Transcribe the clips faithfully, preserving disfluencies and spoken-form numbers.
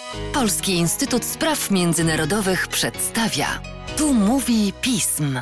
Polski Instytut Spraw Międzynarodowych przedstawia. Tu mówi pism.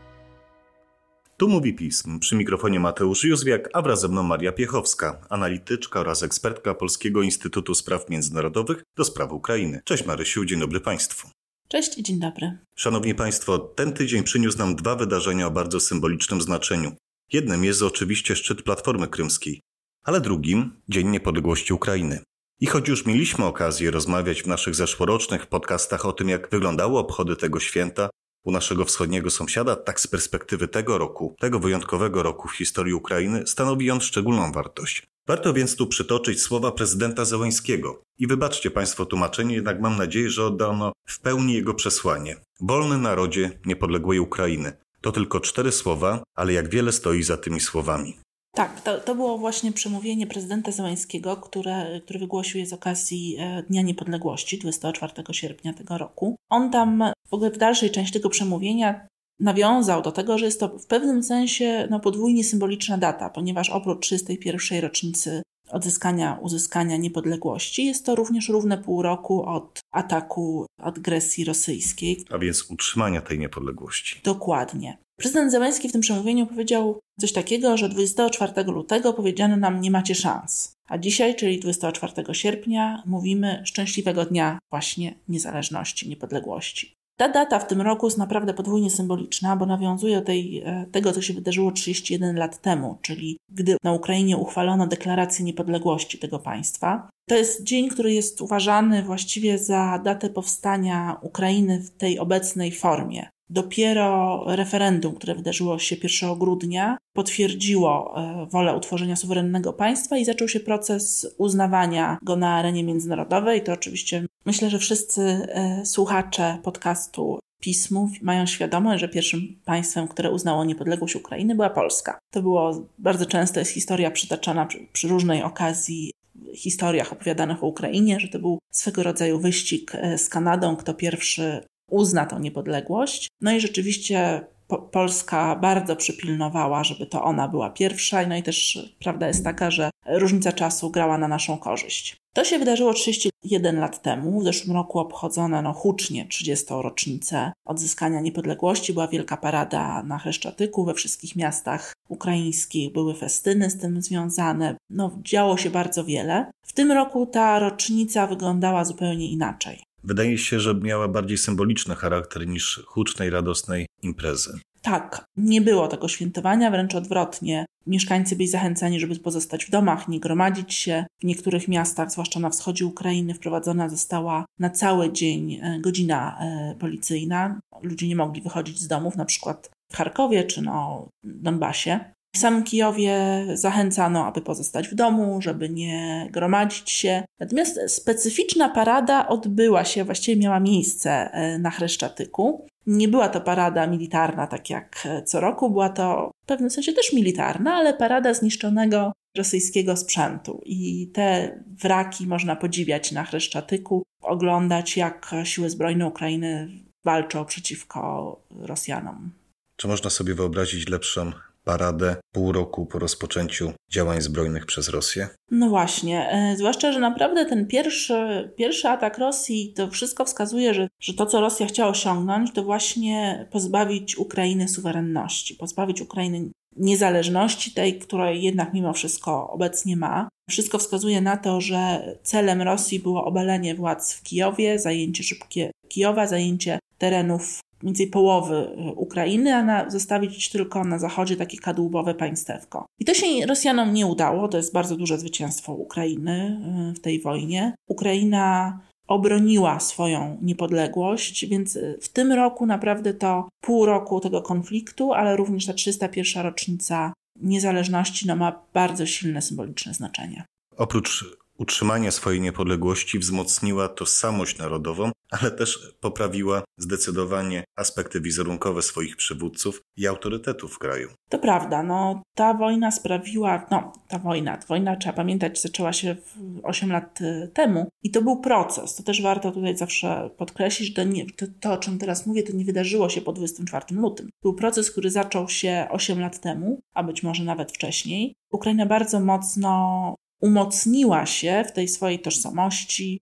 Tu mówi pism. Przy mikrofonie Mateusz Józwiak, a wraz ze mną Maria Piechowska, analityczka oraz ekspertka Polskiego Instytutu Spraw Międzynarodowych do spraw Ukrainy. Cześć Marysiu, dzień dobry Państwu. Cześć i dzień dobry. Szanowni Państwo, ten tydzień przyniósł nam dwa wydarzenia o bardzo symbolicznym znaczeniu. Jednym jest oczywiście szczyt Platformy Krymskiej, ale drugim Dzień Niepodległości Ukrainy. I choć już mieliśmy okazję rozmawiać w naszych zeszłorocznych podcastach o tym, jak wyglądały obchody tego święta u naszego wschodniego sąsiada, tak z perspektywy tego roku, tego wyjątkowego roku w historii Ukrainy, stanowi on szczególną wartość. Warto więc tu przytoczyć słowa prezydenta Zełenskiego. I wybaczcie Państwo tłumaczenie, jednak mam nadzieję, że odda ono w pełni jego przesłanie. Wolny narodzie niepodległej Ukrainy. To tylko cztery słowa, ale jak wiele stoi za tymi słowami. Tak, to, to było właśnie przemówienie prezydenta Zełenskiego, które, które wygłosił je z okazji Dnia Niepodległości, dwudziestego czwartego sierpnia tego roku. On tam w ogóle w dalszej części tego przemówienia nawiązał do tego, że jest to w pewnym sensie no, podwójnie symboliczna data, ponieważ oprócz trzydziestej pierwszej rocznicy odzyskania, uzyskania niepodległości jest to również równe pół roku od ataku, od agresji rosyjskiej. A więc utrzymania tej niepodległości. Dokładnie. Prezydent Zełenski w tym przemówieniu powiedział coś takiego, że dwudziestego czwartego lutego powiedziano nam nie macie szans. A dzisiaj, czyli dwudziestego czwartego sierpnia, mówimy szczęśliwego dnia właśnie niezależności, niepodległości. Ta data w tym roku jest naprawdę podwójnie symboliczna, bo nawiązuje do tej, tego, co się wydarzyło trzydzieści jeden lat temu, czyli gdy na Ukrainie uchwalono deklarację niepodległości tego państwa. To jest dzień, który jest uważany właściwie za datę powstania Ukrainy w tej obecnej formie. Dopiero referendum, które wydarzyło się pierwszego grudnia, potwierdziło wolę utworzenia suwerennego państwa i zaczął się proces uznawania go na arenie międzynarodowej. To oczywiście myślę, że wszyscy słuchacze podcastu Pismów mają świadomość, że pierwszym państwem, które uznało niepodległość Ukrainy, była Polska. To było bardzo często, jest historia przytaczana przy, przy różnej okazji, historiach opowiadanych o Ukrainie, że to był swego rodzaju wyścig z Kanadą, kto pierwszy uzna tą niepodległość. No i rzeczywiście po- Polska bardzo przypilnowała, żeby to ona była pierwsza. No i też prawda jest taka, że różnica czasu grała na naszą korzyść. To się wydarzyło trzydzieści jeden lat temu. W zeszłym roku obchodzono no, hucznie trzydziestą rocznicę odzyskania niepodległości. Była wielka parada na Chreszczatyku. We wszystkich miastach ukraińskich były festyny z tym związane. No, działo się bardzo wiele. W tym roku ta rocznica wyglądała zupełnie inaczej. Wydaje się, że miała bardziej symboliczny charakter niż hucznej, radosnej imprezy. Tak, nie było tego świętowania, wręcz odwrotnie. Mieszkańcy byli zachęcani, żeby pozostać w domach, nie gromadzić się. W niektórych miastach, zwłaszcza na wschodzie Ukrainy, wprowadzona została na cały dzień godzina policyjna. Ludzie nie mogli wychodzić z domów, na przykład w Charkowie czy no, w Donbasie. W samym Kijowie zachęcano, aby pozostać w domu, żeby nie gromadzić się. Natomiast specyficzna parada odbyła się, właściwie miała miejsce na Chreszczatyku. Nie była to parada militarna, tak jak co roku, była to w pewnym sensie też militarna, ale parada zniszczonego rosyjskiego sprzętu. I te wraki można podziwiać na Chreszczatyku, oglądać jak siły zbrojne Ukrainy walczą przeciwko Rosjanom. Czy można sobie wyobrazić lepszą paradę pół roku po rozpoczęciu działań zbrojnych przez Rosję? No właśnie, e, zwłaszcza, że naprawdę ten pierwszy, pierwszy atak Rosji, to wszystko wskazuje, że, że to, co Rosja chciała osiągnąć, to właśnie pozbawić Ukrainy suwerenności, pozbawić Ukrainy niezależności, tej, której jednak mimo wszystko obecnie ma. Wszystko wskazuje na to, że celem Rosji było obalenie władz w Kijowie, zajęcie szybkie Kijowa, zajęcie terenów mniej więcej połowy Ukrainy, a na, zostawić tylko na zachodzie takie kadłubowe państewko. I to się Rosjanom nie udało, to jest bardzo duże zwycięstwo Ukrainy w tej wojnie. Ukraina obroniła swoją niepodległość, więc w tym roku naprawdę to pół roku tego konfliktu, ale również ta trzydziesta pierwsza rocznica niezależności no, ma bardzo silne symboliczne znaczenie. Oprócz utrzymania swojej niepodległości wzmocniła tożsamość narodową, ale też poprawiła zdecydowanie aspekty wizerunkowe swoich przywódców i autorytetów w kraju. To prawda, no ta wojna sprawiła, no ta wojna, ta wojna trzeba pamiętać, zaczęła się osiem lat temu i to był proces. To też warto tutaj zawsze podkreślić, że to, nie, to, to o czym teraz mówię, to nie wydarzyło się po dwudziestego czwartego lutego. Był proces, który zaczął się osiem lat temu, a być może nawet wcześniej. Ukraina bardzo mocno umocniła się w tej swojej tożsamości,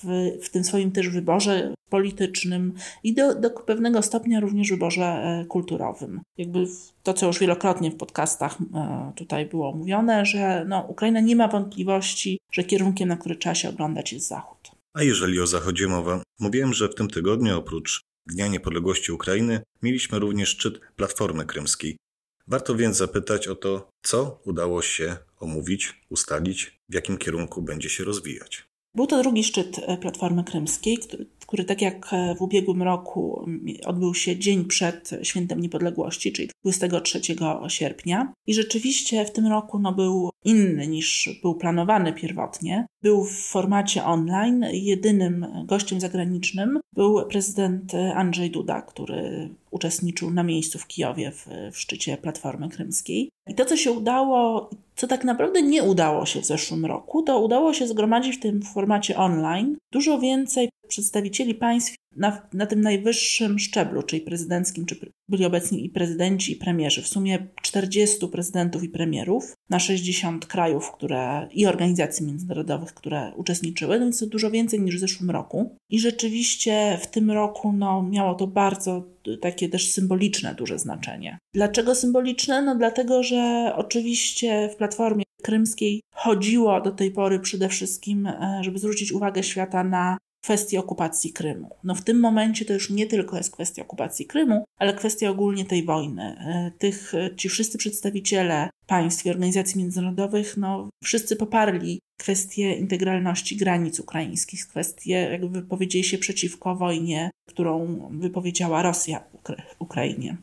w, w tym swoim też wyborze politycznym i do, do pewnego stopnia również wyborze kulturowym. Jakby to, co już wielokrotnie w podcastach tutaj było mówione, że no, Ukraina nie ma wątpliwości, że kierunkiem, na który trzeba się oglądać, jest Zachód. A jeżeli o Zachodzie mowa, mówiłem, że w tym tygodniu oprócz Dnia Niepodległości Ukrainy mieliśmy również szczyt Platformy Krymskiej. Warto więc zapytać o to, co udało się omówić, ustalić, w jakim kierunku będzie się rozwijać. Był to drugi szczyt Platformy Krymskiej, który, który tak jak w ubiegłym roku odbył się dzień przed Świętem Niepodległości, czyli dwudziestego trzeciego sierpnia. I rzeczywiście w tym roku no, był inny niż był planowany pierwotnie. Był w formacie online. Jedynym gościem zagranicznym był prezydent Andrzej Duda, który uczestniczył na miejscu w Kijowie w, w szczycie Platformy Krymskiej. I to, co się udało, co tak naprawdę nie udało się w zeszłym roku, to udało się zgromadzić w tym formacie online dużo więcej przedstawicieli państw na, na tym najwyższym szczeblu, czyli prezydenckim, czy byli obecni i prezydenci, i premierzy. W sumie czterdziestu prezydentów i premierów na sześćdziesiąt krajów które, i organizacji międzynarodowych, które uczestniczyły, więc to dużo więcej niż w zeszłym roku. I rzeczywiście w tym roku no, miało to bardzo takie też symboliczne duże znaczenie. Dlaczego symboliczne? No dlatego, że oczywiście w Platformie Krymskiej chodziło do tej pory przede wszystkim, żeby zwrócić uwagę świata na kwestię okupacji Krymu. No w tym momencie to już nie tylko jest kwestia okupacji Krymu, ale kwestia ogólnie tej wojny. Tych, ci wszyscy przedstawiciele państw i organizacji międzynarodowych, no wszyscy poparli kwestię integralności granic ukraińskich, kwestię jakby wypowiedzieli się przeciwko wojnie, którą wypowiedziała Rosja Ukrainie.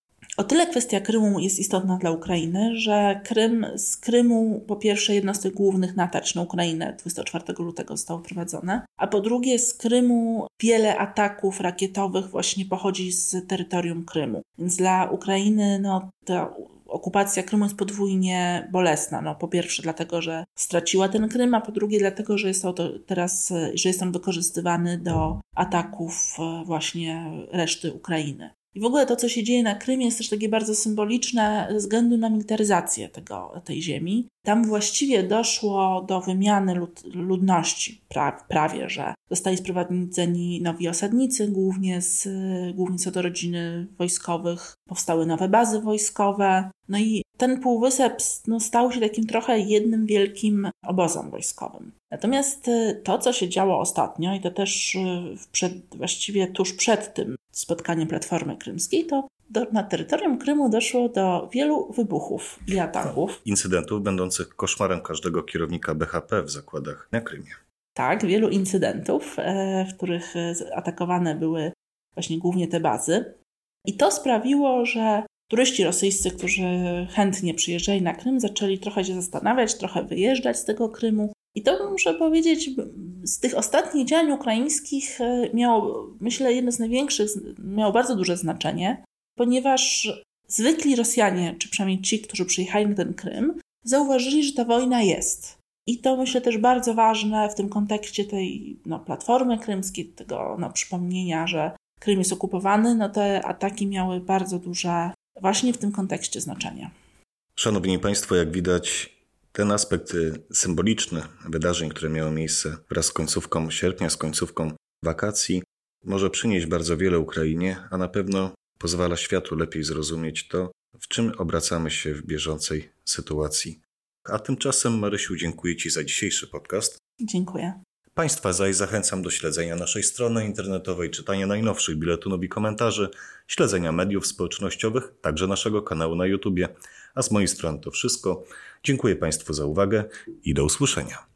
O tyle kwestia Krymu jest istotna dla Ukrainy, że Krym, z Krymu po pierwsze jedno z tych głównych natarć na Ukrainę dwudziestego czwartego lutego zostało prowadzone, a po drugie z Krymu wiele ataków rakietowych właśnie pochodzi z terytorium Krymu. Więc dla Ukrainy no, ta okupacja Krymu jest podwójnie bolesna. No, po pierwsze dlatego, że straciła ten Krym, a po drugie dlatego, że jest to teraz, że jest on wykorzystywany do ataków właśnie reszty Ukrainy. I w ogóle to, co się dzieje na Krymie, jest też takie bardzo symboliczne ze względu na militaryzację tego, tej ziemi. Tam właściwie doszło do wymiany lud, ludności, pra, prawie, że zostali sprowadzeni nowi osadnicy, głównie, z, głównie co do rodziny wojskowych. Powstały nowe bazy wojskowe. No i ten półwysep no, stał się takim trochę jednym wielkim obozem wojskowym. Natomiast to, co się działo ostatnio i to też przed, właściwie tuż przed tym spotkaniem Platformy Krymskiej, to do, na terytorium Krymu doszło do wielu wybuchów i ataków. Incydentów będących koszmarem każdego kierownika B H P w zakładach na Krymie. Tak, wielu incydentów, w których atakowane były właśnie głównie te bazy. I to sprawiło, że turyści rosyjscy, którzy chętnie przyjeżdżali na Krym, zaczęli trochę się zastanawiać, trochę wyjeżdżać z tego Krymu. I to, muszę powiedzieć, z tych ostatnich działań ukraińskich miało, myślę, jedno z największych, miało bardzo duże znaczenie, ponieważ zwykli Rosjanie, czy przynajmniej ci, którzy przyjechali na ten Krym, zauważyli, że ta wojna jest. I to, myślę, też bardzo ważne w tym kontekście tej no, Platformy Krymskiej, tego no, przypomnienia, że Krym jest okupowany, no te ataki miały bardzo duże właśnie w tym kontekście znaczenie. Szanowni Państwo, jak widać, ten aspekt symboliczny wydarzeń, które miały miejsce wraz z końcówką sierpnia, z końcówką wakacji, może przynieść bardzo wiele Ukrainie, a na pewno pozwala światu lepiej zrozumieć to, w czym obracamy się w bieżącej sytuacji. A tymczasem, Marysiu, dziękuję Ci za dzisiejszy podcast. Dziękuję. Państwa zaś zachęcam do śledzenia naszej strony internetowej, czytania najnowszych biletynów i komentarzy, śledzenia mediów społecznościowych, także naszego kanału na YouTubie. A z mojej strony to wszystko. Dziękuję Państwu za uwagę i do usłyszenia.